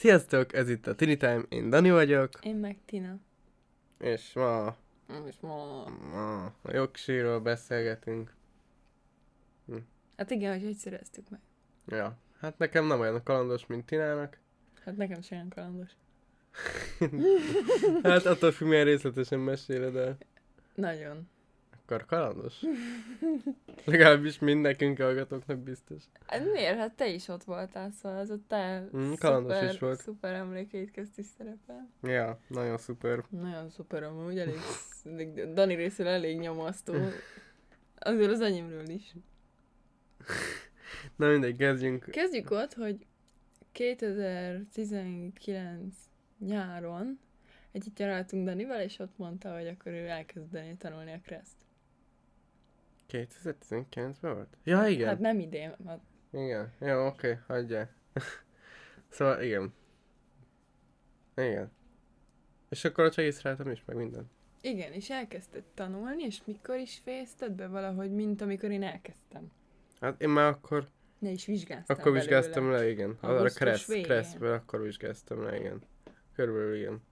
Sziasztok, ez itt a Tini Time, én Dani vagyok, Én meg Tina. és ma És ma... a jogsíról beszélgetünk. Hát igen, hogy szereztük meg. Ja, hát nekem nem olyan kalandos, mint Tinának. Hát nekem sem olyan kalandos. Hát attól függ, milyen részletesen meséled el. Nagyon. Akkor kalandos? Legalábbis mind nekünk hallgatóknak biztos. Hát miért? Hát te is ott voltál, szóval az ott te kalandos is volt. szuper emlékeit közt is szerepel. Ja, nagyon szuper. Nagyon szuper amúgy, elég Dani részéről elég nyomasztó. Azért az enyémről is. Na mindegy, kezdjünk. Kezdjük ott, hogy 2019 nyáron együtt jártunk Danival, és ott mondta, hogy akkor ő elkezdeni tanulni a Kreszt. 2019-ben volt? Ja, igen. Hát nem idén. Hát... Igen. Jó, oké, hagyjál. Szóval igen. Igen. És akkor ott regisztráltam is, meg minden. Igen, és elkezdted tanulni, és mikor is fejezted be valahogy, mint amikor én elkezdtem? Hát én már akkor... Ne is vizsgáztam Akkor vizsgáztam le, igen. A Kresszből akkor vizsgáztam le, igen. Körülbelül igen.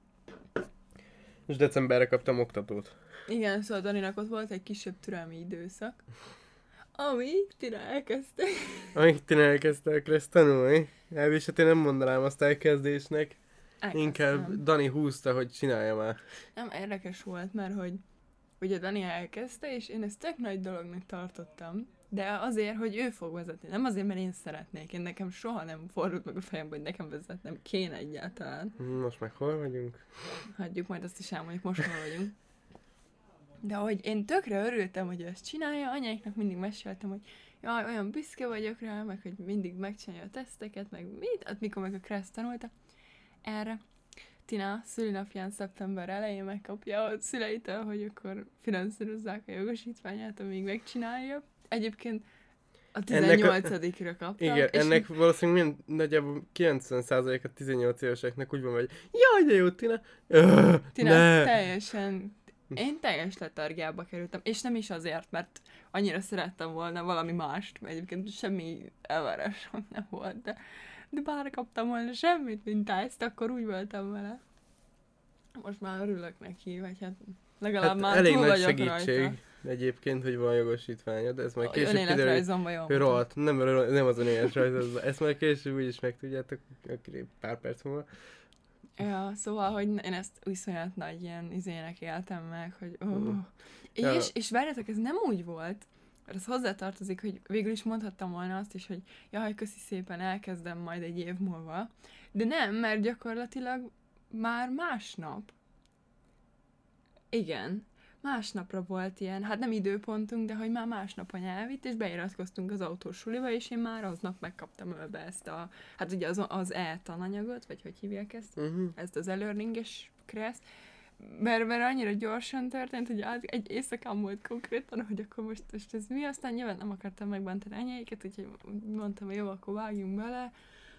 És decemberre kaptam oktatót. Igen, szóval Daninak ott volt egy kisebb türelmi időszak, amíg Tina elkezdte. Amíg Tina elkezdte a Kressz tanulni. Elviselt én nem mondanám azt elkezdésnek. Elkezdtem. Inkább Dani húzta, hogy csinálja már. Nem, érdekes volt, mert hogy ugye Dani elkezdte, és én ezt tök nagy dolognak tartottam, de azért, hogy ő fog vezetni, nem azért, mert én szeretnék. Én nekem soha nem fordult meg a fejembe, hogy nekem vezetnem kéne egyáltalán. Most meg hol vagyunk? Hagyjuk, majd azt is elmondjuk, most hol vagyunk. De hogy én tökre örültem, hogy ő ezt csinálja, anyáiknak mindig meséltem, hogy jaj, olyan büszke vagyok rá, meg hogy mindig megcsinálja a teszteket, meg mit, hát mikor meg a Kressz tanulta. Erre Tina szülinapján szeptember elején megkapja a szüleitől, hogy akkor finanszírozzák a jogosítványát, amíg megcsinálja. Egyébként a 18-ra kapta. Igen, ennek valószínűleg nagyjából 90%-a 18 éveseknek úgy van, hogy jaj, de jó, Tina! Tina teljesen... Én teljes letargiába kerültem, és nem is azért, mert annyira szerettem volna valami mást, mert egyébként semmi elvárásom nem volt, de bár kaptam volna semmit, mint ezt, akkor úgy voltam vele. Most már örülök neki, vagy hát legalább hát már elég túl nagy vagyok segítség rajta. Egyébként, hogy van jogosítványa, de ez majd később kiderül, Önéletrajzomban jól hogy rohadt, nem az önéletrajz, ezt majd később úgyis megtudjátok, pár perc múlva. Ja, szóval, hogy én ezt viszonyat nagy ilyen izének éltem meg, hogy Ja. És várjátok, ez nem úgy volt, mert az hozzátartozik, hogy végül is mondhattam volna azt is, hogy jaj, köszi szépen, elkezdem majd egy év múlva, de nem, mert gyakorlatilag már másnap. Igen, másnapra volt ilyen, hát nem időpontunk, de hogy már másnap anya elvitt, és beiratkoztunk az autósuliba, és én már aznap megkaptam ölbe ezt a, hát ugye az e-tananyagot, vagy hogy hívják ezt, ezt az e-learning-es Kressz, mert annyira gyorsan történt, hogy egy éjszakán volt konkrétan, hogy akkor most ez mi, aztán nyilván nem akartam megbántani anyáikat, úgyhogy mondtam, hogy jó, akkor vágjunk bele,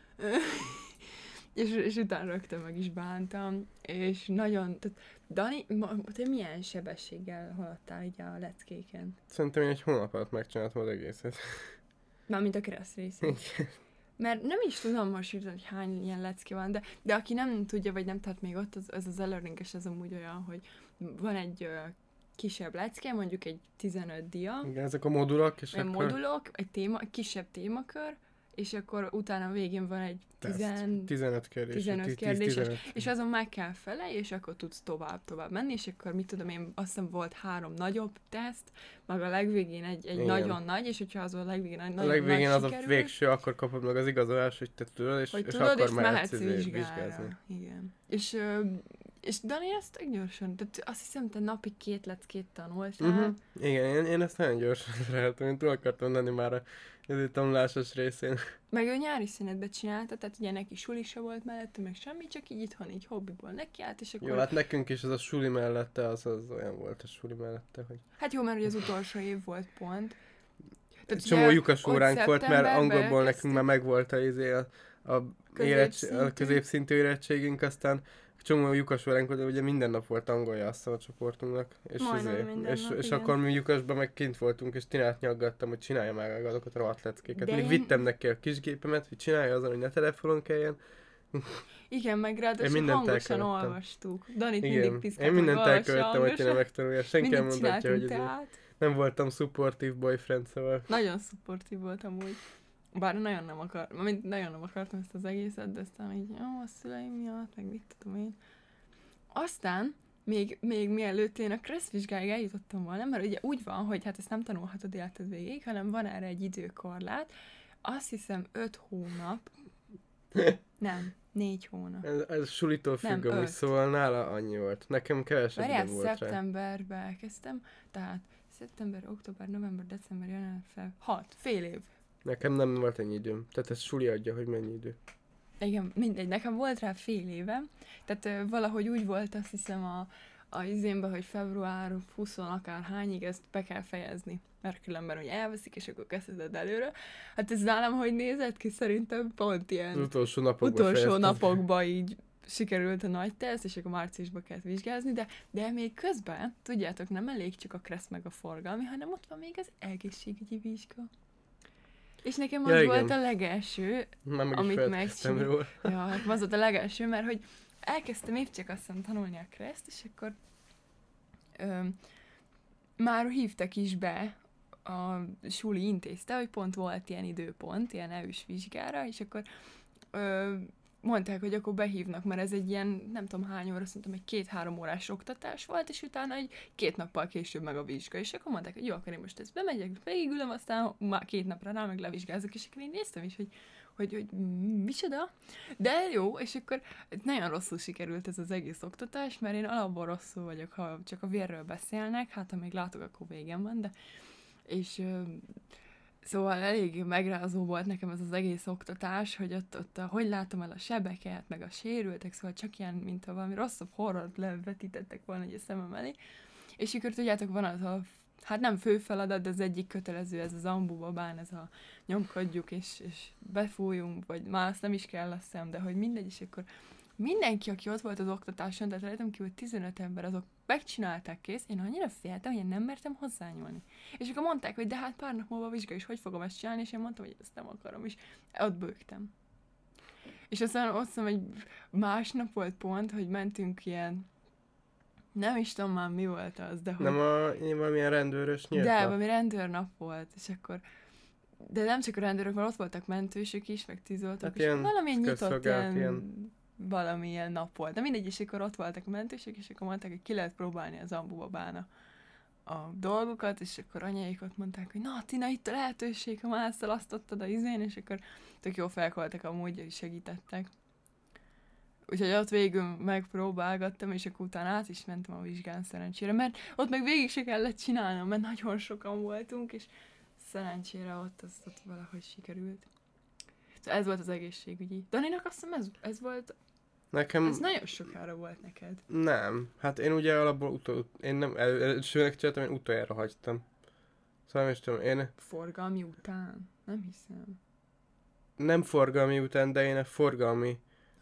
és utána rögtön meg is bántam, és nagyon, tehát Dani, te milyen sebességgel haladtál így a leckéken? Szerintem én egy hónap alatt megcsináltam az egészet. Mármint a Kressz részét. Mert nem is tudom most írni, hogy hány ilyen lecke van, de aki nem tudja, vagy nem tart még ott, az e-learning-es, ez amúgy olyan, hogy van egy kisebb lecke, mondjuk egy 15 dia. Igen, ezek a modulok, és akkor... modulok, egy kisebb témakör, és akkor utána a végén van egy 15 kérdés. És azon meg kell felelj, és akkor tudsz tovább menni, és akkor mit tudom én, azt hiszem volt 3 nagyobb teszt, meg a legvégén egy nagyon nagy, és hogyha az a legvégén nagyon nagy sikerül. A legvégén az a végső, akkor kapod meg az igazolás, hogy te tudod, és akkor mehetsz vizsgázni. Igen. És Dani ezt tök gyorsan, tehát azt hiszem, te napi 2 leckét tanultál. Igen, én ezt nagyon gyorsan ráálltam, én túl akartam lenni már a tanulásos részén. Meg ő nyári szünetben csinálta, tehát ugye neki suli se volt mellette, meg semmi, csak így itthon így hobbiból nekiállt, és akkor... Jó, hát nekünk is az a suli mellette, az olyan volt a suli mellette, hogy... Hát jó, mert ugye az utolsó év volt pont. Tehát csomó lyukas óránk volt, mert angolból nekünk már megvolt a középszintű érettségünk, aztán csomó lyukas óránk volt, de ugye minden nap volt angolja azt a csoportunknak. És akkor mi lyukasban meg kint voltunk, és Tinát nyaggattam, hogy csinálja meg azokat a rohadt leckéket. Még vittem neki a kisgépemet, hogy csinálja azon, hogy ne telefonon kelljen, Igen, meg ráadásul hangosan olvastuk. Danit mindig piszkált, én mindent elkövettem, hogy nem megtanulja. Senki nem mondatja, hogy nem voltam supportive boyfriend, szóval... Nagyon supportive voltam úgy. Bár nagyon nem akartam ezt az egészet, de aztán így, a szüleim miatt, meg mit tudom én. Aztán, még mielőtt én a Kressz vizsgáig eljutottam volna, mert ugye úgy van, hogy hát ezt nem tanulhatod életed végig, hanem van erre egy időkorlát. Azt hiszem 5 hónap. Nem, 4 hónap. Ez sulitól függ, amúgy, szóval nála annyi volt. Nekem kevesebb időm volt rá. Szeptemberben elkezdtem, tehát szeptember, október, november, december, január, 6, fél év. Nekem nem volt ennyi időm. Tehát ez suli adja, hogy mennyi idő. Igen, mindegy. Nekem volt rá fél éve. Tehát valahogy úgy volt, azt hiszem a izénben, hogy február 20 akárhányig ezt be kell fejezni. Mert különben, hogy elveszik, és akkor kezded előre. Hát ez nálam hogy nézett ki? Szerintem pont ilyen... Az utolsó napokban így sikerült a nagy teszt, és akkor márciusban kellett vizsgázni, de még közben, tudjátok, nem elég csak a Kressz meg a forgalmi, hanem ott van még az egészségügyi vizsga. És nekem az volt a legelső, amit megcsináltam. Ja, az volt a legelső, mert hogy elkezdtem épp csak azt hiszem tanulni a Kreszt, és akkor már hívtak is be, a suli intézte, hogy pont volt ilyen időpont, ilyen EU-s vizsgára, és akkor mondták, hogy akkor behívnak, mert ez egy ilyen, nem tudom hány óra, szerintem egy 2-3 órás oktatás volt, és utána egy 2 nappal később meg a vizsga, és akkor mondták, hogy jó, akkor én most ezt bemegyek, végigülöm, aztán már 2 napra rá meg levizsgázok, és akkor én néztem is, hogy micsoda, de jó, és akkor nagyon rosszul sikerült ez az egész oktatás, mert én alapból rosszul vagyok, ha csak a vérről beszélnek, hát ha még látok, akkor végem van, de és szóval elég megrázó volt nekem ez az egész oktatás, hogy ott hogy látom el a sebeket, meg a sérültek, szóval csak ilyen, mint ha valami rosszabb horrort levetítettek volna egy a szemem elé. És akkor tudjátok, van az a, hát nem fő feladat, de az egyik kötelező, ez az ambubabán, ez a nyomkodjuk és befújunk, vagy már azt nem is kell, azt hiszem, de hogy mindegy, és akkor mindenki, aki ott volt az oktatáson, tehát rajtam kívül 15 ember, azok megcsinálták kész, én annyira féltem, hogy én nem mertem hozzányúlni. És akkor mondták, hogy de hát pár nap múlva vizsga is, hogy fogom ezt csinálni, és én mondtam, hogy ezt nem akarom, és ott bőgtem. És aztán ott hiszem, egy másnap volt pont, hogy mentünk ilyen, nem is tudom már mi volt az, de hogy... Nem valamilyen rendőrös nyílt De, valami rendőrnap volt, és akkor... De nem csak a rendőrök, mert ott voltak mentősök is, meg tűzoltók, hát és valamilyen nyitott ilyen... valamilyen nap volt. De mindegy, és akkor ott voltak a mentősök, és akkor mondták, hogy ki lehet próbálni az ambubabán a dolgokat, és akkor anyáik ott mondták, hogy na, Tina, itt a lehetőség, ha már elszalasztottad a izén, és akkor tök jó felkoltak amúgy, és segítettek. Úgyhogy ott végül megpróbálgattam, és akkor utána át is mentem a vizsgán szerencsére, mert ott meg végig se kellett csinálnom, mert nagyon sokan voltunk, és szerencsére ott valahogy sikerült. Szóval ez volt az egészségügyi. Daninak azt hiszem ez volt... Nekem... Ez nagyon sokára volt neked. Nem. Hát én ugye alapból én nem elsőnek csináltam, én utoljára hagytam. Szóval nem is tudom, én... Forgalmi után? Nem hiszem. Nem forgalmi után, de én a forgalmi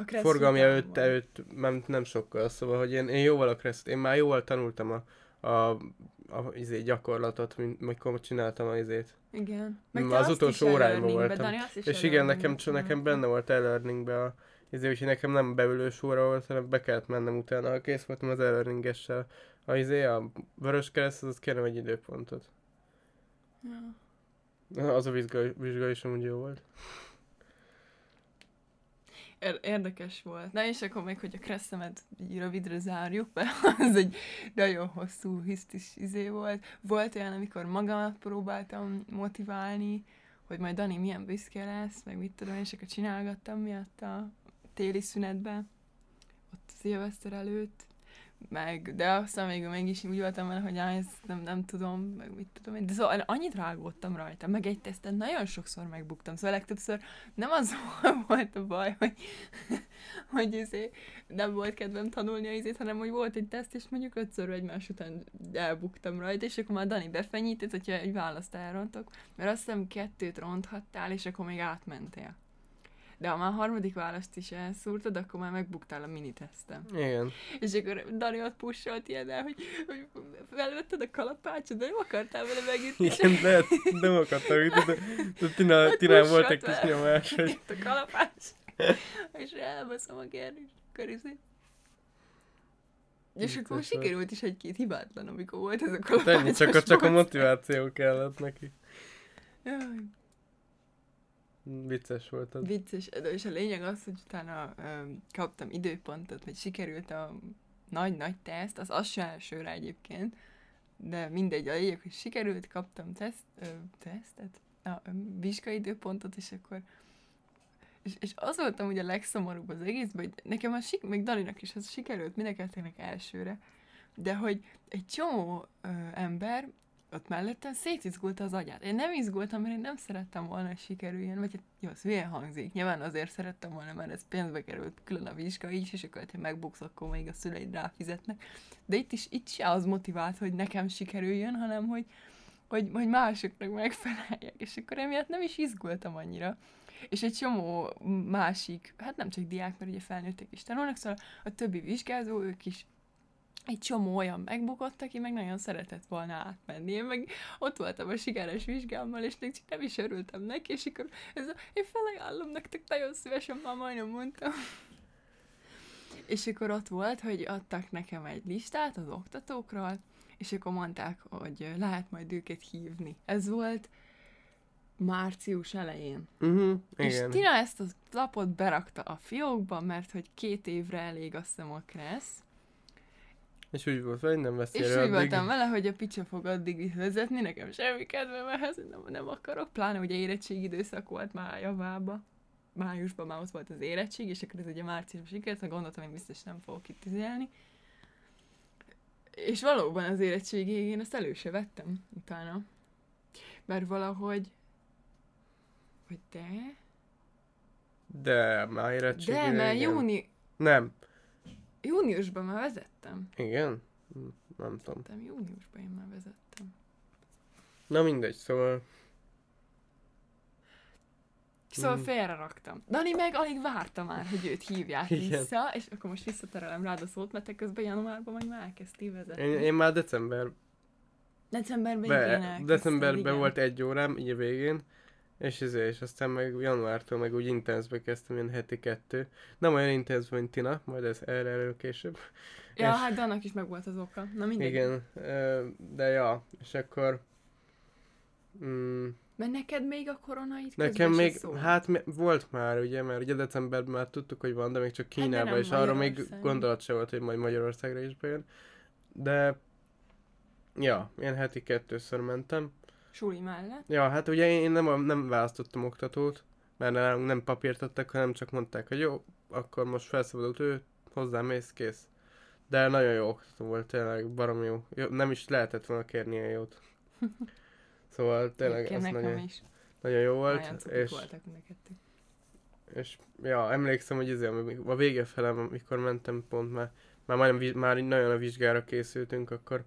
előtt nem sokkal, szóval, hogy én jóval a Kressz, én már jóval tanultam a gyakorlatot, amikor csináltam az izét. Igen. Meg az utolsó óráimban voltam. És igen, nekem benne volt e-learningbe úgyhogy nekem nem beülős óra volt, hanem be kellett mennem utána. Ha kész voltam az e-learningessel, a Vöröskereszt, az kérem egy időpontot. Ja. Az a vizsga is amúgy jó volt. Érdekes volt. Na és akkor még, hogy a Kresszemet így rövidre zárjuk, mert az egy nagyon hosszú, hisztis volt. Volt olyan, amikor magamat próbáltam motiválni, hogy majd Dani milyen büszke lesz, meg mit tudom, és akkor csinálgattam miatt a téli szünetben, ott szilveszter előtt, de aztán mégis úgy voltam vele, hogy ezt nem tudom, meg mit tudom én, de szóval annyit rágódtam rajta, meg egy teszten nagyon sokszor megbuktam, szóval legtöbbször nem az volt a baj, hogy nem volt kedvem tanulni az hanem hogy volt egy teszt, és mondjuk 5-ször egymás után elbuktam rajta, és akkor már Dani befenyített, hogyha egy választ elrontok, mert azt hiszem 2 ronthattál, és akkor még átmentél. De ha már a 3. választ is elszúrtad, akkor már megbuktál a minitesztem. Igen. És akkor Dani ott pussolt ilyen el, hogy felvetted a kalapácsot, de nem akartál vele megütni. Igen, nem akartam ütni, de Tinán volt egy kis nyomás, hogy... A kalapács. És elbaszom a kérdést, és akkor sikerült is egy-két hibátlan, amikor volt ez a kalapácsos. Csak a motiváció kellett neki. Jaj. Vicces volt az. Vicces, és a lényeg az, hogy utána kaptam időpontot, hogy sikerült a nagy teszt, az se elsőre egyébként, de mindegy, a lényeg, hogy sikerült, kaptam tesztet, vizsgai időpontot, és akkor és az voltam ugye a legszomorúbb az egészben, hogy nekem meg Dalinak is az sikerült, mindenkinek elsőre, de hogy egy csomó ember ott mellettem szétizgulta az agyát. Én nem izgultam, mert én nem szerettem volna, hogy sikerüljön, vagy hát jó, az hülyen hangzik. Nyilván azért szerettem volna, mert ez pénzbe került külön a vizsga is, és akkor, ha megbuksz, akkor még a szüleid ráfizetnek. De itt se az motivált, hogy nekem sikerüljön, hanem hogy másoknak megfeleljek, és akkor emiatt nem is izgultam annyira. És egy csomó másik, hát nem csak diák, mert ugye felnőttek is tanulnak, szóval a többi vizsgázó, ők is egy csomó olyan megbukott, aki meg nagyon szeretett volna átmenni. Én meg ott voltam a sikeres vizsgámmal, és csak nem is örültem neki, és akkor én felajánlom nektek, nagyon szívesen, már majdnem mondtam. És akkor ott volt, hogy adtak nekem egy listát az oktatókról, és akkor mondták, hogy lehet majd őket hívni. Ez volt március elején. És Tina ezt a lapot berakta a fiókba, mert hogy 2 évre elég, azt hiszem, a KRESZ. És úgy volt, hogy nem veszi és úgy voltam vele, hogy a picsa fog addig vezetni, nekem semmi kedvem ehhez, nem akarok, pláne ugye érettségi időszak volt már javában. Májusban már ott volt az érettség, és akkor ez ugye márciusban sikerült, szóval gondoltam, hogy biztos nem fogok itt izélni. És valóban az érettségig én ezt elő se vettem utána. Mert valahogy... Hogy De, már érettségig... De, mert Nem. Júniusban már vezettem. Igen? Nem tudom. Júniusban én már vezettem. Na mindegy, szóval... Szóval félreraktam. Dani meg alig várta már, hogy őt hívják vissza, és akkor most visszaterelem rád a szót, mert te közben januárban majd már elkezdtél vezetni. Én már decemberben volt 1 órám, így a végén, és aztán meg januártól meg úgy intenzbe kezdtem, ilyen heti 2. Nem olyan intenzbe, mint Tina, majd ez erről később. Ja, és... hát de annak is meg volt az oka. Na mindegy. Igen, de ja, és akkor... Mert neked még a korona itt nekem még, hát volt már ugye, mert ugye decemberben már tudtuk, hogy van, de még csak Kínában, hát és arra még gondolat se volt, hogy majd Magyarországra is bejön. De, ja, én heti 2-ször mentem. Suli mellett? Ja, hát ugye én nem választottam oktatót, mert nem papírt adtak, hanem csak mondták, hogy jó, akkor most felszabadult ő, hozzám mész, kész. De nagyon jó oktató volt, tényleg baromi jó. Nem is lehetett volna kérni ilyen jót. Szóval tényleg ez nagyon jó volt. És ja, emlékszem, hogy a vége fele, amikor mentem pont már nagyon a vizsgára készültünk, akkor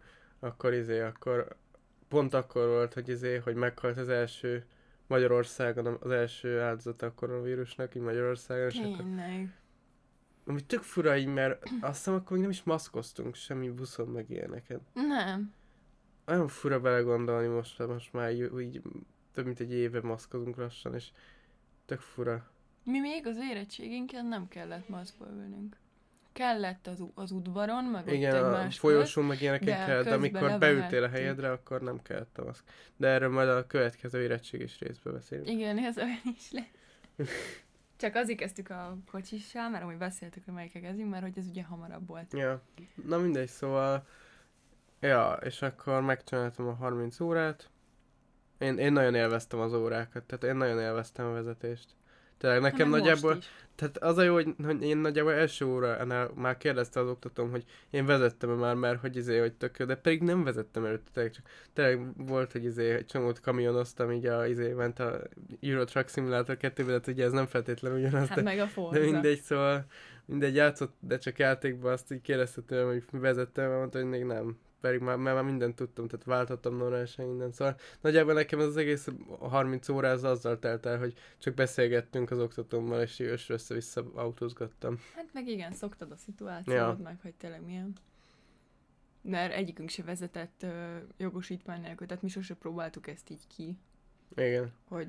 pont akkor volt, hogy meghalt az első Magyarországon, az első áldozata a koronavírusnak, így Magyarországon. Tényleg. Ami tök fura így, mert azt hiszem, akkor még nem is maszkoztunk semmi buszon, meg ilyeneket. Nem. Olyan fura belegondolni most már így több mint 1 éve maszkozunk lassan, és tök fura. Mi még az érettségünken nem kellett maszkba ülnünk. Kellett az udvaron, meg igen, ott egymás folyosón, meg ilyeneken kellett, de amikor beültél a helyedre, akkor nem kellett a maszk. De erről majd a következő érettségis részben beszélünk. Igen, ez olyan is lesz. Csak azért kezdtük a kocsissal, mert amúgy beszéltük, hogy melyikkel kezdjünk, mert hogy ez ugye hamarabb volt. Ja, na mindegy, szóval... Ja, és akkor megcsináltam a 30 órát. Én nagyon élveztem az órákat, tehát én nagyon élveztem a vezetést. Tényleg nekem nagyjából... Tehát az a jó, hogy én nagyjából első óránál már kérdezte az oktatóm, hogy én vezettem-e már, mert hogy tök jó, de pedig nem vezettem előtte, tényleg volt, hogy egy csomót kamionoztam, így ment a Euro Truck Simulator 2-ben, tehát ugye ez nem feltétlenül ugyanaz. Hát meg a Forza. De mindegy, szóval játszott, de csak játékban azt így kérdezte tőlem, hogy vezettem, mert mondta, hogy még nem. Pedig már mindent tudtam, tehát váltottam normálisan mindent, szóval nagyjából nekem az egész 30 óra az azzal telt el, hogy csak beszélgettünk az oktatómmal, és össze-vissza autózgattam. Hát meg igen, szoktad a szituációt, meg hogy tényleg milyen. Mert egyikünk se vezetett jogosítvány nélkül, tehát mi sose próbáltuk ezt így ki. Igen. Hogy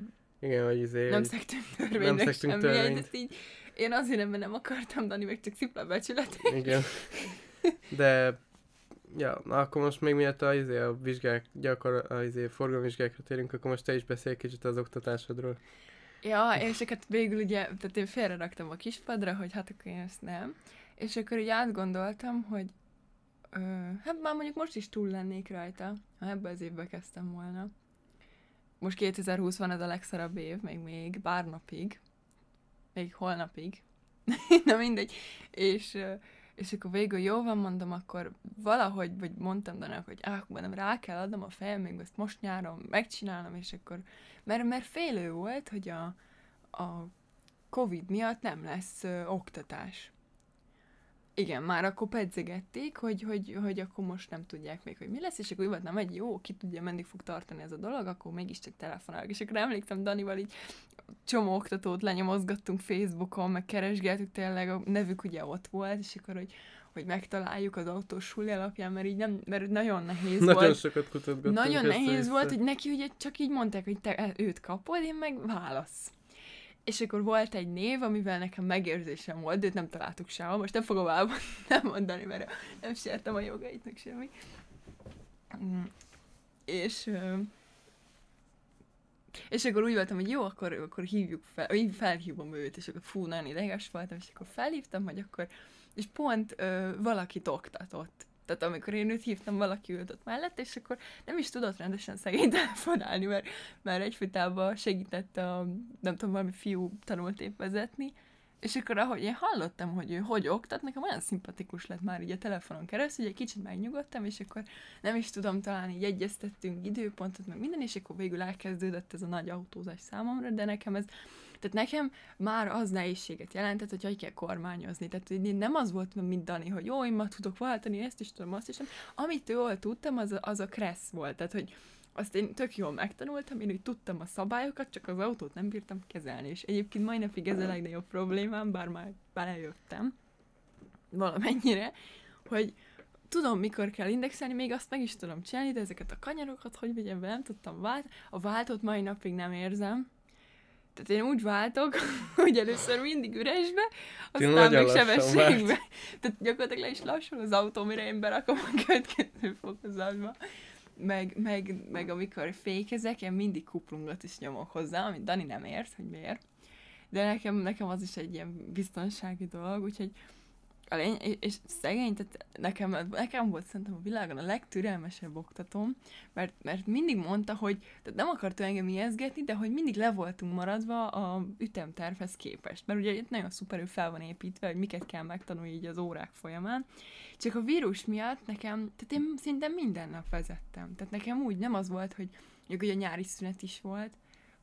Igen, hogy Nem szegtünk törvénynek semmi, így én azért nem akartam, Dani meg csak szipla becsületét. Igen. De ja, akkor most még miatt a vizsgák, forgalomvizsgákra térünk, akkor most te is beszélj kicsit az oktatásodról. Ja, és hát végül ugye, tehát én félreraktam a kispadra, hogy hát akkor én ezt nem. És akkor így átgondoltam, hogy hát már mondjuk most is túl lennék rajta, ha ebbe az évbe kezdtem volna. Most 2020 van, ez a legszarabb év, még pár napig, még holnapig. Na mindegy. És akkor végül jó van, mondom, akkor valahogy, vagy mondtam Danak, hogy nem rá kell adnom a fejem, még ezt most nyáron megcsinálom, és akkor, mert félő volt, hogy a Covid miatt nem lesz oktatás. Igen, már akkor pedzegették, hogy akkor most nem tudják még, hogy mi lesz, és akkor volt, nem egy jó, ki tudja, meddig fog tartani ez a dolog, akkor mégiscsak telefonálok. És akkor emlékszem, Danival így csomó oktatót lenyomozgattunk Facebookon, meg keresgéltük tényleg, a nevük ugye ott volt, és akkor, hogy megtaláljuk az autós suli alapján, mert így nem, mert nagyon nehéz volt. Nagyon sokat kutatgattunk. Nagyon nehéz volt, hogy neki ugye csak így mondták, hogy te őt kapod, én meg válasz. És akkor volt egy név, amivel nekem megérzésem volt, de őt nem találtuk sehol. Most nem fogom nem mondani, mert nem sértem a jogaitnak semmi. És akkor úgy voltam, hogy jó, akkor hívjuk fel, vagy felhívom őt, és akkor fú, nagyon ideges voltam, és akkor felhívtam, hogy akkor, és pont valakit oktatott. Tehát amikor én őt hívtam, valaki ült ott mellett, és akkor nem is tudott rendesen szegény telefonálni, mert egyfolytában segített nem tudom, valami fiú tanult épp vezetni, és akkor ahogy én hallottam, hogy ő hogy oktat, nekem olyan szimpatikus lett már így a telefonon keresztül, hogy egy kicsit megnyugodtam, és akkor nem is tudom, talán így egyeztettünk időpontot, meg minden, és akkor végül elkezdődött ez a nagy autózás számomra, de nekem már az nehézséget jelentett, hogy hogy kell kormányozni. Tehát nem az volt, mint Dani, hogy jó, én már tudok váltani, ezt is tudom, azt is nem. Amit jól tudtam, az a kressz volt. Tehát, hogy azt én tök jól megtanultam, én úgy tudtam a szabályokat, csak az autót nem bírtam kezelni. És egyébként mai napig ez a legnagyobb problémám, bár már belejöttem valamennyire, hogy tudom, mikor kell indexelni, még azt meg is tudom csinálni, de ezeket a kanyarokat, hogy vegyem be, nem tudtam váltani. A váltót mai napig nem érzem. Tehát én úgy váltok, hogy először mindig üresbe, aztán meg sebességbe. Tehát gyakorlatilag le is lassul az autó, mire én berakom a következő fokozatba. Meg amikor fékezek, én mindig kuplungot is nyomok hozzá, amit Dani nem ért, hogy miért. De nekem az is egy ilyen biztonsági dolog, úgyhogy és szegény, tehát nekem volt szerintem a világon a legtürelmesebb oktatóm, mert mindig mondta, hogy tehát nem akarta engem ijesztgetni, de hogy mindig le voltunk maradva a ütemtervhez képest. Mert ugye itt nagyon szuperül fel van építve, hogy miket kell megtanulni így az órák folyamán. Csak a vírus miatt tehát én szinte minden nap vezettem. Tehát nekem úgy nem az volt, hogy ugye a nyári szünet is volt,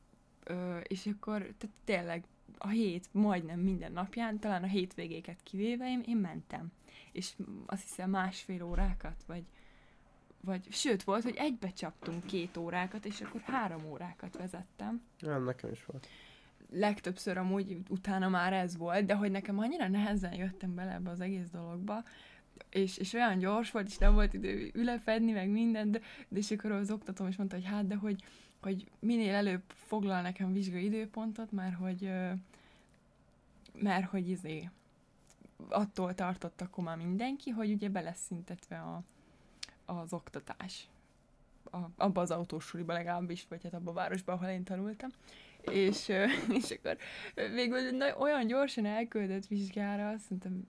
és akkor tehát tényleg a hét majdnem minden napján, talán a hétvégéket kivéve én mentem. És azt hiszem 1,5 órákat, vagy sőt volt, hogy egybe csaptunk 2 órákat, és akkor 3 órákat vezettem. Ja, nekem is volt. Legtöbbször amúgy utána már ez volt, de hogy nekem annyira nehezen jöttem bele ebbe az egész dologba, és olyan gyors volt, és nem volt idő ülepedni, meg minden, de és akkor az oktatóm is mondta, hogy hát, de hogy minél előbb foglal nekem vizsgai időpontot, mert hogy attól tartott akkor már mindenki, hogy ugye be lesz szintetve az oktatás. Abba az autósuliba legalábbis, vagy hát abba a városban, ahol én tanultam. És akkor végül olyan gyorsan elküldött vizsgára, szerintem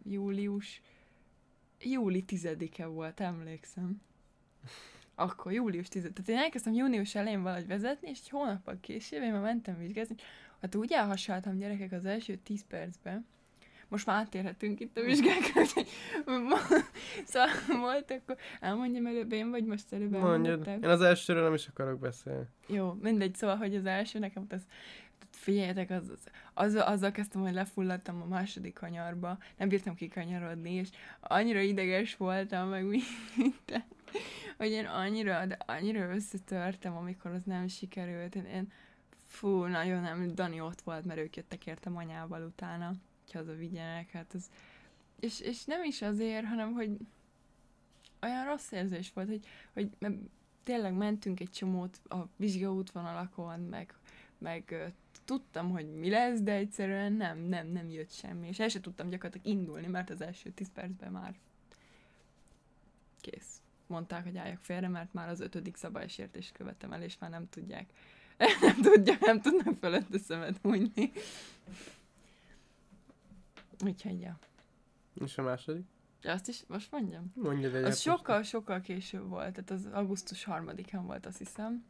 júli 10-e volt, emlékszem. Akkor július 10. Tehát én elkezdtem június elején valahogy vezetni, és egy hónappal később én már mentem vizsgázni. Hát úgy elhasaltam, gyerekek, az első 10 percben. Most már áttérhetünk itt a vizsgákra, szóval volt, akkor elmondjam előbb én, vagy most előbb elmondtad? Én az elsőről nem is akarok beszélni. Jó, mindegy, szóval, hogy az első nekem figyeljetek, azzal kezdtem, hogy lefulladtam a második kanyarba, nem bírtam kikanyarodni, és annyira ideges voltam, meg minden, hogy én annyira összetörtem, amikor az nem sikerült. Én nagyon nem, Dani ott volt, mert ők jöttek értem anyával utána, hogy hazavigyenek, hát az... És nem is azért, hanem, hogy olyan rossz érzés volt, hogy tényleg mentünk egy csomót a vizsgaútvonalakon, meg tudtam, hogy mi lesz, de egyszerűen nem jött semmi. És el sem tudtam gyakorlatilag indulni, mert az első 10 percben már kész. Mondták, hogy álljak félre, mert már az 5. szabálysértést követtem el, és már nem tudják. Nem tudnak fölötte szemet hújni. Úgyhogy, ja. És a második? Azt is most mondjam? Mondjad egyet. Az sokkal később volt, tehát az augusztus 3-án volt, azt hiszem.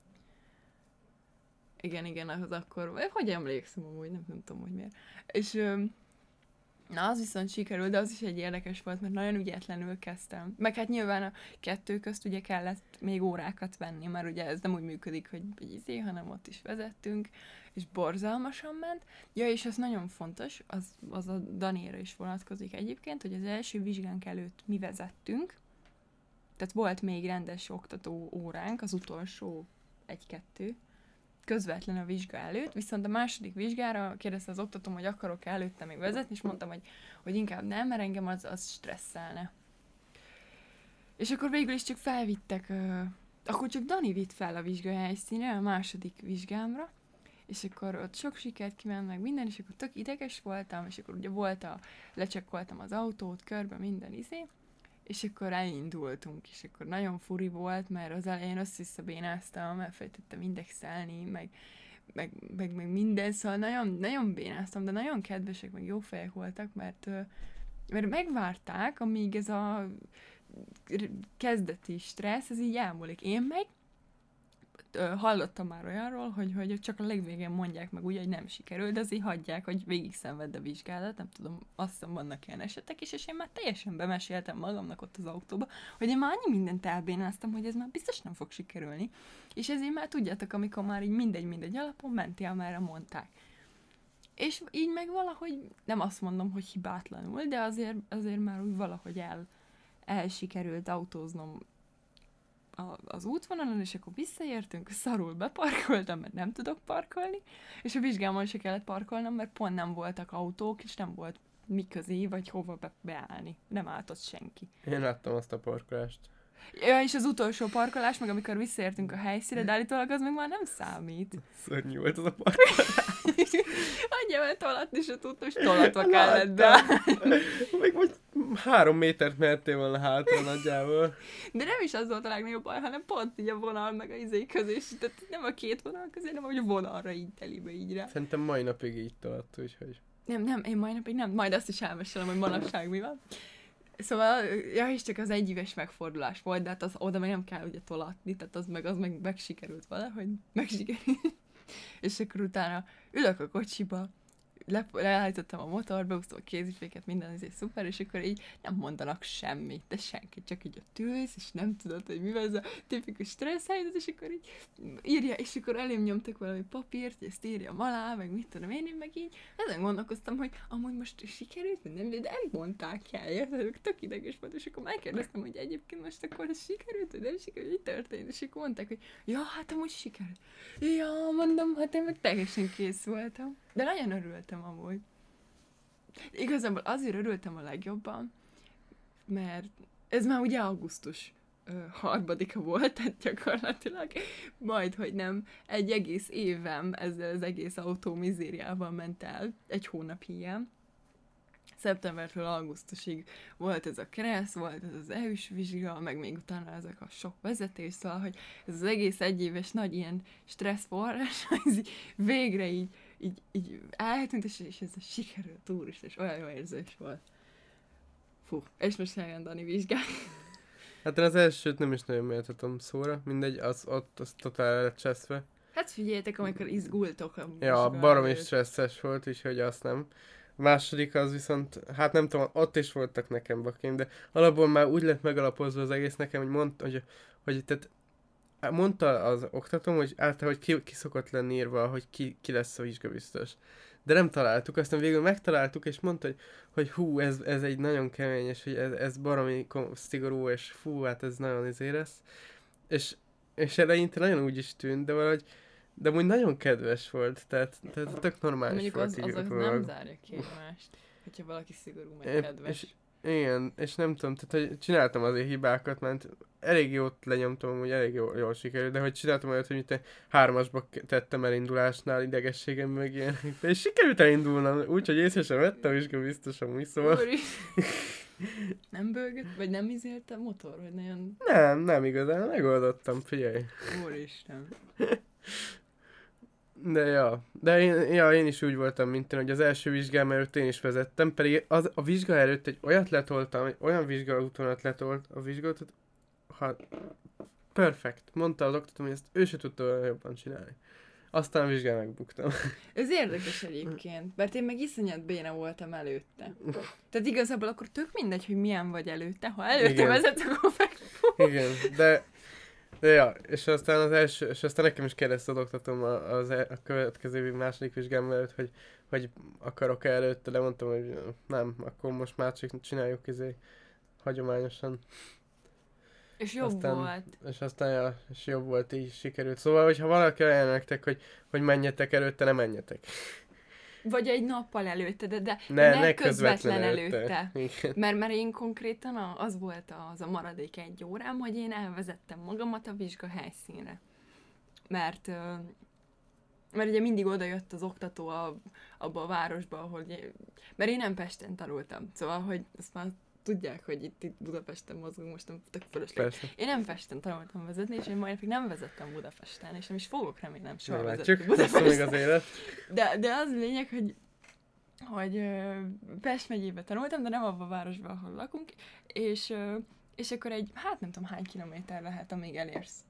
Igen, az akkor, hogy emlékszem amúgy, nem tudom, hogy miért. És na, az viszont sikerült, de az is egy érdekes volt, mert nagyon ügyetlenül kezdtem. Meg hát nyilván a 2 közt ugye kellett még órákat venni, mert ugye ez nem úgy működik, hogy hanem ott is vezettünk, és borzalmasan ment. Ja, és az nagyon fontos, az a Daniéra is vonatkozik egyébként, hogy az első vizsgánk előtt mi vezettünk, tehát volt még rendes oktató óránk, az utolsó 1-2, közvetlen a vizsga előtt, viszont a második vizsgára kérdezte az oktatóm, hogy akarok előtte még vezetni, és mondtam, hogy inkább nem, mert engem az stresszelne. És akkor végül is csak felvittek, akkor csak Dani vitt fel a vizsgahelyszínre, a második vizsgámra, és akkor ott sok sikert kívánt meg minden, és akkor tök ideges voltam, és akkor ugye lecsekkoltam az autót, körbe minden és akkor elindultunk, és akkor nagyon furi volt, mert az elején össze-vissza bénáztam, elfelejtettem indexelni, meg minden, szóval nagyon, nagyon bénáztam, de nagyon kedvesek, meg jó fejek voltak, mert megvárták, amíg ez a kezdeti stressz, ez így elmúlik. Én meg hallottam már olyanról, hogy csak a legvégén mondják meg úgy, hogy nem sikerül, de azért hagyják, hogy végig szenvedd a vizsgálat, nem tudom, azt hiszem vannak ilyen esetek is, és én már teljesen bemeséltem magamnak ott az autóba, hogy én már annyi mindent elbénáztam, hogy ez már biztos nem fog sikerülni, és ezért már tudjátok, amikor már így mindegy alapon mentél, amerre mondták. És így meg valahogy, nem azt mondom, hogy hibátlanul, de azért már úgy valahogy elsikerült autóznom az útvonalon, és akkor visszaértünk, szarul beparkoltam, mert nem tudok parkolni, és a vizsgámon se kellett parkolnom, mert pont nem voltak autók, és nem volt mi közé, vagy hova beállni. Nem állt ott senki. Én láttam azt a parkolást. Ja, és az utolsó parkolás, meg amikor visszaértünk a helyszínre, de állítólag az meg már nem számít. Szörnyű volt az a parkolás. Adjam el tolatni se tudtam, és tolatva kellett be. Meg vagy 3 métert mehettél volna hátra nagyjából. De nem is az volt a legnagyobb baj, hanem pont így a vonal meg a izé közé, tehát nem a 2 vonal közé, hanem hogy a vonalra így telibe így rá. Szerintem mai napig így toladt, úgyhogy... Nem, én mai napig nem, majd azt is elmesélem, hogy manapság mi van. Szóval, ja, és csak az együves megfordulás volt, de hát oda meg nem kell ugye tolatni, tehát az meg sikerült valahogy, megsikerült. És akkor utána ülök a kocsiba, leállítottam a motor, beúztam a kéziféket, minden azért szuper, és akkor így nem mondanak semmit, de senki, csak így ott ülsz, és nem tudod, hogy mi ez a tipikus stressz helyzet, és akkor így írja, és akkor elém nyomtak valami papírt, hogy ezt írjam alá, meg mit tudom én meg így ezen gondolkoztam, hogy amúgy most sikerült, nem, de nem mondták el, tök ideges volt, és akkor megkérdeztem, hogy egyébként most akkor ez sikerült, vagy nem sikerült, hogy történt, és akkor mondták, hogy ja, hát amúgy sikerült. Ja, mondom, hát én meg teljesen kész voltam. De nagyon örültem amúgy. Igazából azért örültem a legjobban, mert ez már ugye augusztus 3-a volt, tehát gyakorlatilag majd, hogy nem, egy egész évem ezzel az egész autó mizériával ment el, 1 hónap hiány. Szeptembertől augusztusig volt ez a kereszt, volt ez az EU-s vizsga, meg még utána ezek a sok vezetés, szóval, hogy ez az egész 1 éves nagy ilyen stresszforrás, ez végre így eltűnt, és ez a sikerült úristen, és olyan jó érzés volt. Fú, és most eljön Dani vizsgák. Hát én az elsőt nem is nagyon méltatom szóra, mindegy, az totál lecseszve. Hát figyeljetek, amikor izgultok. Ja, baromi stresszes volt, úgyhogy azt nem. A második az viszont, hát nem tudom, ott is voltak nekem bakim, de alapból már úgy lett megalapozva az egész nekem, hogy tehát mondta az oktatóm, hogy általában, hogy ki szokott lenni írva, hogy ki lesz a vizsgabiztos. De nem találtuk, aztán végül megtaláltuk, és mondta, hogy hú, ez egy nagyon kemény, és hogy ez baromi szigorú, és fú, hát ez nagyon lesz. És eleinte nagyon úgy is tűnt, de valahogy, de úgy nagyon kedves volt, tehát tök normális mondjuk volt. Mondjuk az nem zárja ki egymást, hogyha valaki szigorú, meg kedves. Igen, és nem tudom, tehát hogy csináltam azért hibákat, mert elég jót lenyomtam, hogy elég jól sikerült, de hogy csináltam olyat, hogy mint 3-asba tettem elindulásnál idegességem meg ilyenek, és sikerült elindulnom, úgyhogy észre sem vettem, és biztosan úgy, szóval... Nem bőgött, vagy nem izélt a motor, vagy nagyon... Nem igazán, megoldottam, figyelj. Úristen. De én is úgy voltam, mint én, hogy az első vizsgám előtt én is vezettem, pedig a vizsga előtt egy olyat letoltam, egy olyan vizsgaútvonat letolt a vizsgautat, perfekt, mondta az oktatóm, hogy ezt ő se tudta olyan jobban csinálni. Aztán a vizsgán megbuktam. Ez érdekes egyébként, mert én meg iszonyat béna voltam előtte. Tehát igazából akkor tök mindegy, hogy milyen vagy előtte, ha előtte vezetsz, akkor megfog. Igen, de ja, és aztán nekem is kérdezte az oktatóm a következő második vizsgám előtt, hogy akarok előtte, de mondtam, hogy nem, akkor most már csak csináljuk hagyományosan. És jobb volt. És aztán és jobb volt, így sikerült. Szóval, hogyha valaki ajánl nektek, hogy menjetek előtte, ne menjetek. Vagy egy nappal előtte, de ne közvetlen előtte. Mert én konkrétan az volt az a maradék 1 órám, hogy én elvezettem magamat a vizsga helyszínre. Mert ugye mindig oda jött az oktató abba a városba, mert én nem Pesten tanultam. Szóval, hogy azt már tudják, hogy itt Budapesten mozgunk, most nem tök fölösleges. Én nem Pesten tanultam vezetni, és én majd nem vezettem Budapesten, és nem is fogok remélem soha vezetni Budapesten. De az lényeg, hogy Pest megyébe tanultam, de nem abban a városban, ahol lakunk, és akkor hát nem tudom hány kilométer lehet, amíg elérsz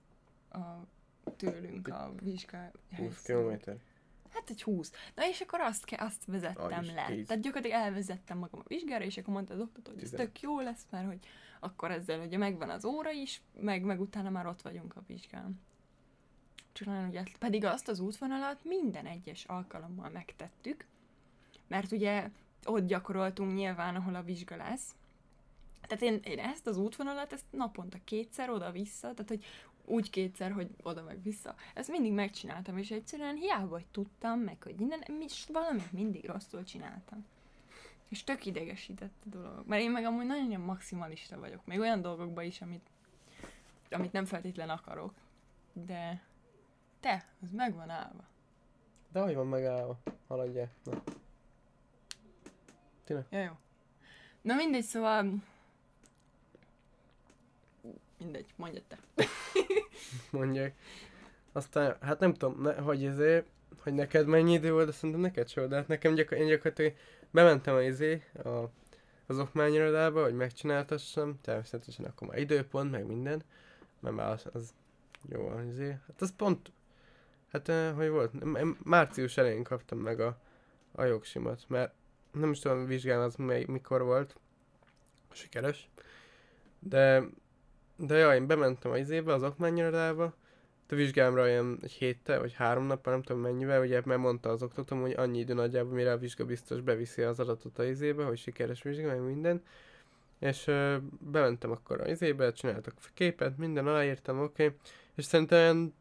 tőlünk a vizsgahelyszínre. 20 kilométer. Hát egy 20. Na és akkor azt vezettem le. 10. Tehát gyakorlatilag elvezettem magam a vizsgára, és akkor mondta az oktató, hogy ez tök jó lesz, mert hogy akkor ezzel ugye megvan az óra is, meg utána már ott vagyunk a vizsgán. Csak nagyon ugye, pedig azt az útvonalat minden egyes alkalommal megtettük, mert ugye ott gyakoroltunk nyilván, ahol a vizsga lesz. Tehát én ezt az útvonalat, ezt naponta 2-szer oda-vissza, tehát hogy úgy 2-szer, hogy oda meg vissza. Ezt mindig megcsináltam, és egyszerűen hiába, hogy tudtam, meg hogy innen, és valamit mindig rosszul csináltam. És tök idegesített a dolog. Mert én meg amúgy nagyon maximalista vagyok. Még olyan dolgokban is, amit nem feltétlen akarok. De az meg van állva. De hogy van megállva? Haladjál. Na. Tina? Ja, jó. Na mindegy, szóval... Mindegy, mondja te. Mondják. Aztán, hát nem tudom, hogy neked mennyi idő volt, de szerintem neked soha, de hát nekem én gyakorlatilag bementem az okmányirodába, hogy megcsináltassam, természetesen akkor már időpont, meg minden, mert már az jó, hát az pont, hogy volt, március elején kaptam meg a jogsimat, mert nem is tudom vizsgálni az mikor volt, sikeres, de ja, én bementem az okmányirodába, a vizsgámra olyan egy héttel, vagy 3 nappal, nem tudom mennyivel, ugye, mert mondta az oktatóm, hogy annyi idő nagyjából, mire a vizsga biztos beviszi az adatot a hogy sikeres vizsga, meg minden. És bementem akkor a csináltak képet, minden aláírtam, oké. És szerintem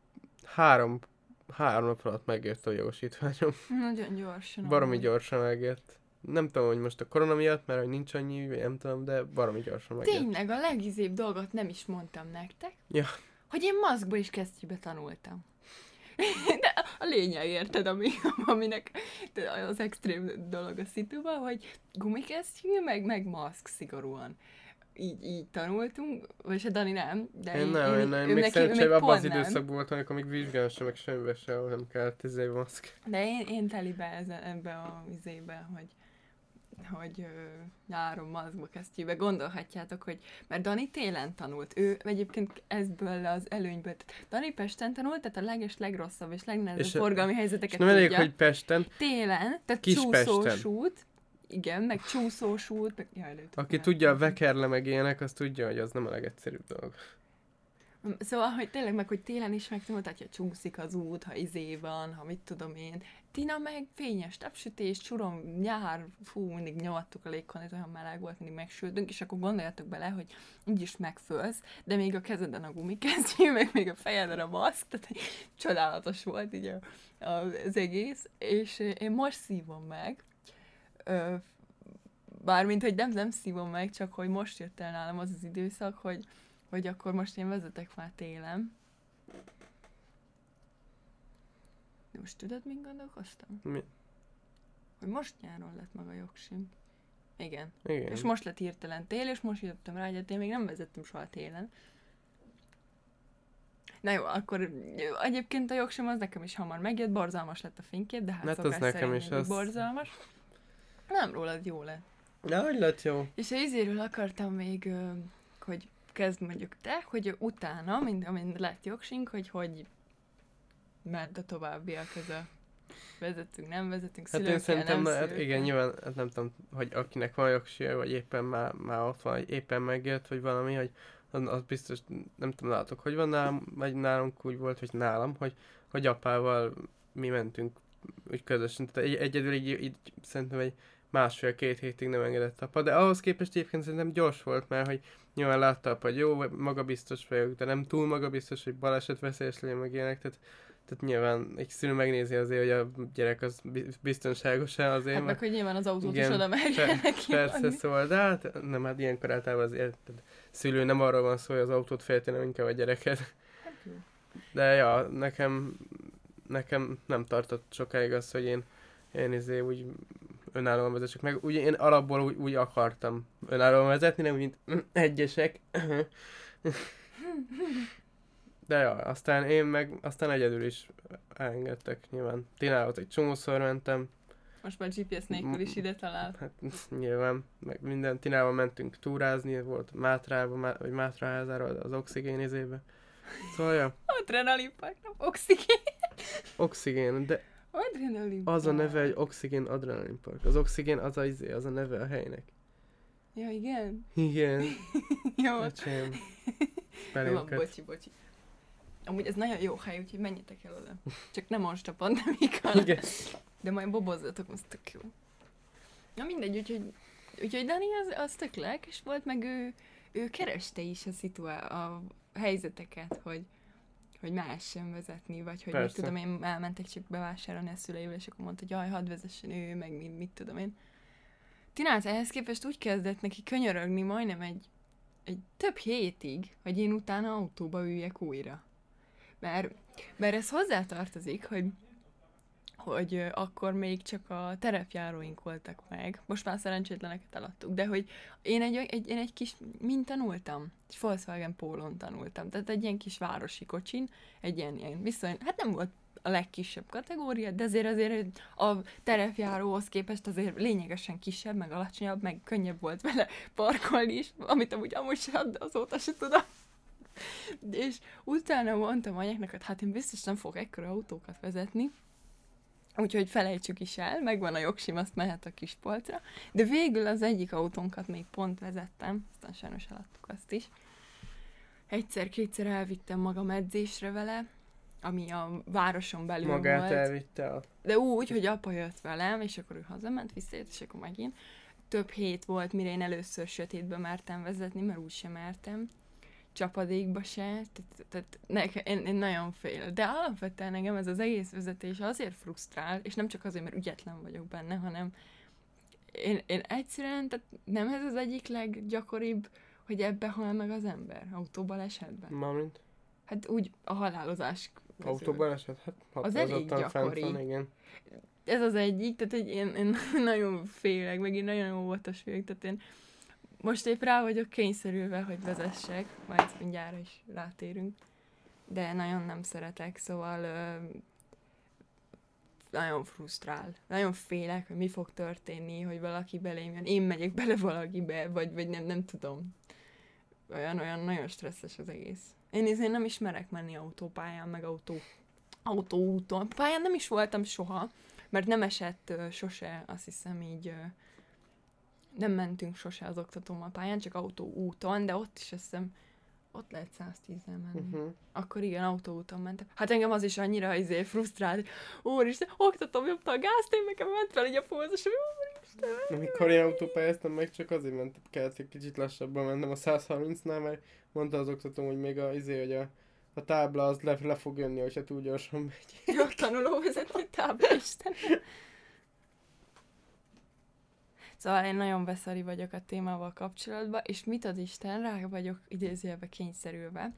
3 nap alatt megjött a jogosítványom. Nagyon gyorsan. Baromi gyorsan megjött. Nem tudom, hogy most a korona miatt, mert hogy nincs annyi, nem tudom, de baromi gyorsan megjött. Tényleg, a legizébb dolgot nem is mondtam nektek. Ja. Hogy én maszkba is kesztyűbe tanultam. De a lényeg, érted, aminek az extrém dolog a szituban, hogy gumikesztyű, meg maszk szigorúan. Így tanultunk, vagy se Dani nem, de én még szerencsére abban az időszakban voltam, amikor még vizsgálni sem, meg semmibe sem, nem kellett maszk. De én telibe ebbe a izébe, hogy nyáron maszkba kesztyűbe. Gondolhatjátok, hogy mert Dani télen tanult. Ő egyébként ezből az előnyből. Dani Pesten tanult, tehát a legrosszabb és legnehezebb forgalmi helyzeteket tudja. Nem elég, hogy Pesten. Télen, tehát csúszós út. Igen, meg csúszós út. Aki tudja a vekerle meg ilyenek, az tudja, hogy az nem a legegyszerűbb dolog. Szóval, hogy tényleg meg, hogy télen is megtanulták, hogy csúszik az út, ha van, ha mit tudom én. Tina meg fényes napsütés, csurom, nyár, mindig nyomattuk a légkondit, olyan meleg volt, mindig megsültünk, és akkor gondoljatok bele, hogy így is megfölsz, de még a kezeden a gumikesztyű, meg még a fejeden a maszk, tehát csodálatos volt így az egész, és én most szívom meg, bármint, hogy nem szívom meg, csak hogy most jött el nálam az időszak, hogy akkor most én vezetek már télen. De most tudod, mint gondolkoztam? Mi? Hogy most nyáron lett meg a jogsim. Igen. Igen. És most lett hirtelen tél, és most jöttem rá, hogy én még nem vezettem soha télen. Na jó, akkor egyébként a jogsim az nekem is hamar megjött, borzalmas lett a fénykép, de hát az nekem is az... borzalmas. Nem rólad jó lett. De hogy lett jó? És az izéről akartam még, hogy kezd mondjuk te, hogy utána, amint lett jogsink, hogy ment a továbbiak ez a vezetünk, nem vezetünk, hát én szerintem, hát igen, nyilván hát nem tudom, hogy akinek van jogsia, vagy éppen már ott van, vagy éppen megjött, vagy valami, hogy az biztos, nem tudom, látok, hogy van nálam, vagy nálunk úgy volt, hogy nálam, hogy apával mi mentünk úgy közösen, tehát egyedül így szerintem egy 1,5-2 hétig nem engedett apa, de ahhoz képest egyébként szerintem gyors volt, mert hogy nyilván látta apa, hogy jó, magabiztos vagyok, de nem túl magabiztos, hogy balesetveszélyes legyen meg ilyenek, tehát nyilván egy szülő megnézi azért, hogy a gyerek az biztonságos-e azért. Hát meg, hogy nyilván az autót is oda merjen neki. Persze, szóval, de hát nem, hát ilyenkor általában azért szülő nem arról van szó, hogy az autót félteni, inkább a gyereket. Hát jó. De ja, nekem nem tartott sokáig az, hogy én úgy önállóan vezessek meg. Ugye én alapból úgy akartam önállóan vezetni, nem úgy, mint egyesek. De ja, aztán én meg aztán egyedül is elengedtek nyilván. Tinához egy csomószor mentem. Most már GPS nélkül is ide talál. Hát nyilván, meg minden. Tinával mentünk túrázni, volt Mátrában, vagy Mátraházára az oxigén izébe. Szóval ja. Adrenalin Park, nem oxigén. Oxigén, de Adrenalin az a neve, hogy Oxigén Adrenalin Park. Az oxigén az a neve a helynek. Ja, igen? Igen. Jó. Öcsém. Jó, bocsi. Amúgy ez nagyon jó hely, úgyhogy menjetek el oda. Csak nem most a pandemika. Igen. De majd bobozzatok, az tök jó. Na mindegy, úgyhogy Dani az tök lelkes volt, meg ő kereste is a helyzeteket, hogy más sem vezetni, vagy hogy mit tudom én, elmentek csak bevásárolni a szüleivel, és akkor mondta, hogy jaj, hadd vezessen ő, meg mit tudom én. Tinát ehhez képest úgy kezdett neki könyörögni majdnem egy több hétig, hogy én utána autóba üljek újra. Mert ez hozzátartozik, hogy akkor még csak a terepjáróink voltak meg. Most már szerencsétleneket eladtuk, de hogy én egy kis, mint tanultam? Egy Volkswagen Pólón tanultam. Tehát egy ilyen kis városi kocsin, egy ilyen viszony, hát nem volt a legkisebb kategória, de azért a terepjáróhoz képest azért lényegesen kisebb, meg alacsonyabb, meg könnyebb volt vele parkolni is, amit amúgy sem, de azóta se tudom. És utána mondtam anyáknak, hogy hát én biztos nem fogok ekkora autókat vezetni, úgyhogy felejtsük is el, megvan a jogsim, azt mehet a kis polcra, de végül az egyik autónkat még pont vezettem, aztán sajnos eladtuk azt is. Egyszer-kétszer elvittem magam edzésre vele, ami a városon belül magát volt. Elvitte De úgy, hogy apa jött velem, és akkor ő hazament, visszajött, és akkor megint. Több hét volt, mire én először sötétbe mertem vezetni, mert úgy sem mertem. Csapadékba se, tehát én nagyon félek. De alapvetően engem ez az egész vezetés azért frusztrál, és nem csak azért, mert ügyetlen vagyok benne, hanem én egyszerűen, tehát nem ez az egyik leggyakoribb, hogy ebbe hal meg az ember autóbalesetben. Mármint? Hát úgy a halálozás közül. Autóbaleset? Hát az elég gyakori. Van, igen. Ez az egyik, tehát hogy én nagyon félek, meg én nagyon óvatos vagyok, tehát én most épp rá vagyok kényszerülve, hogy vezessek, majd mindjárt is rátérünk, de nagyon nem szeretek, szóval nagyon frusztrál. Nagyon félek, hogy mi fog történni, hogy valaki belém jön, én megyek bele valakibe, vagy nem tudom. Olyan nagyon stresszes az egész. Én nem is merek menni autópályán, meg autóúton. Pályán nem is voltam soha, mert nem esett sose, azt hiszem így, nem mentünk sose az oktatómmal pályán, csak autóúton, de ott is azt hiszem, ott lehet 110-nel menni. Akkor igen, autóúton mentem. Hát engem az is annyira frusztrált, úristen, oktatom, nyomta a gázt, én nekem ment fel így a pulzus, úristen. Amikor én autópályáztam meg, csak azért kellett egy kicsit lassabban mennem a 130-nál, mert mondta az oktatóm, hogy még hogy a tábla az le fog jönni, hogyha túl gyorsan megy. Jó, tanuló vezetni tábla, Isten. Szóval én nagyon beszari vagyok a témával kapcsolatban, és mit ad Isten, rá vagyok idézőjelbe kényszerülve.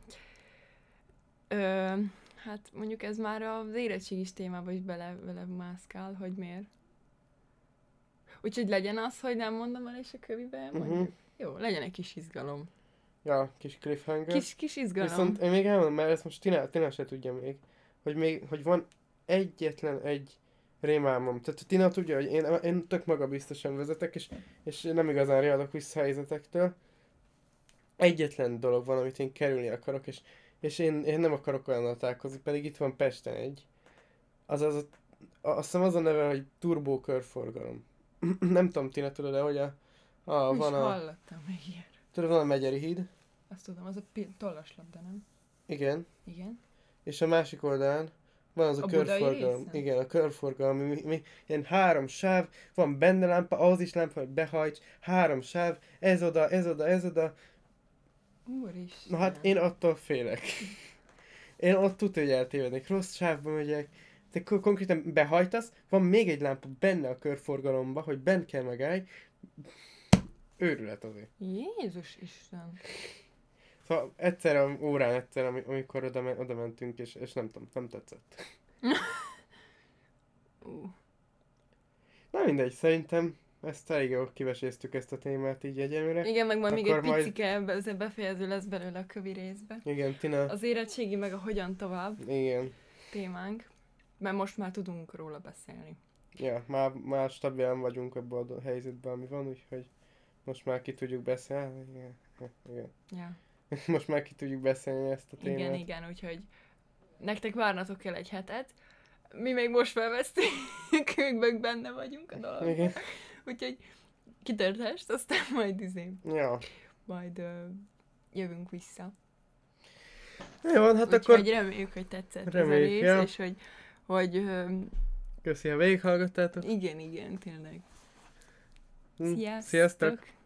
Hát mondjuk ez már az érettségis témába is bele mászkál, hogy miért. Úgyhogy legyen az, hogy nem mondom el, és a kövibe mondjuk. Jó, legyen egy kis izgalom. Ja, kis cliffhanger. Kis izgalom. Viszont én még elmondom, mert ezt most Tina se tudja még, hogy van egyetlen egy rémálmom. Tehát Tina tudja, hogy én tök magabiztosan vezetek, és nem igazán riadok vissza helyzetektől. Egyetlen dolog van, amit én kerülni akarok, és én nem akarok olyannal találkozni, pedig itt van Pesten egy. Azt hiszem az a neve, hogy turbó körforgalom. Nem tudom, Tina, tudod-e, hogy van hallottam még ilyen. Tudod, van a Megyeri híd. Azt tudom, az a tollaslabda, nem? Igen. Igen. És a másik oldalán van az a körforgalom. Igen, a körforgalom, mi ilyen 3 sáv, van benne lámpa, ahhoz is lámpa, hogy behajts, 3 sáv, ez oda. Úristen. Na hát én attól félek. Én ott tudja, hogy eltévednék, rossz sávba megyek, te konkrétan behajtasz, van még egy lámpa benne a körforgalomba, hogy bent kell megállj. Őrület azért. Jézus Isten. Szóval órán, amikor oda mentünk, és nem tudom, nem tetszett. Na mindegy, szerintem ezt elég jól kiveséztük ezt a témát így egyelőre. Igen, meg majd még egy picike befejező lesz belőle a kövi részbe. Igen, Tina. Az érettségi meg a hogyan tovább témánk, mert most már tudunk róla beszélni. Ja, már stabilan vagyunk abban a helyzetben, ami van, úgyhogy most már ki tudjuk beszélni. Igen. Ja. Most már ki tudjuk beszélni ezt a témát. Igen, úgyhogy nektek várnatok kell egy hetet. Mi még most felvesztünk, ők meg benne vagyunk a dologban. Igen. Úgyhogy kitörtest, aztán majd majd jövünk vissza. Jó, hát úgyhogy reméljük, hogy tetszett ez a rész, és hogy köszi, ha végighallgattátok. Igen, tényleg. Sziasztok!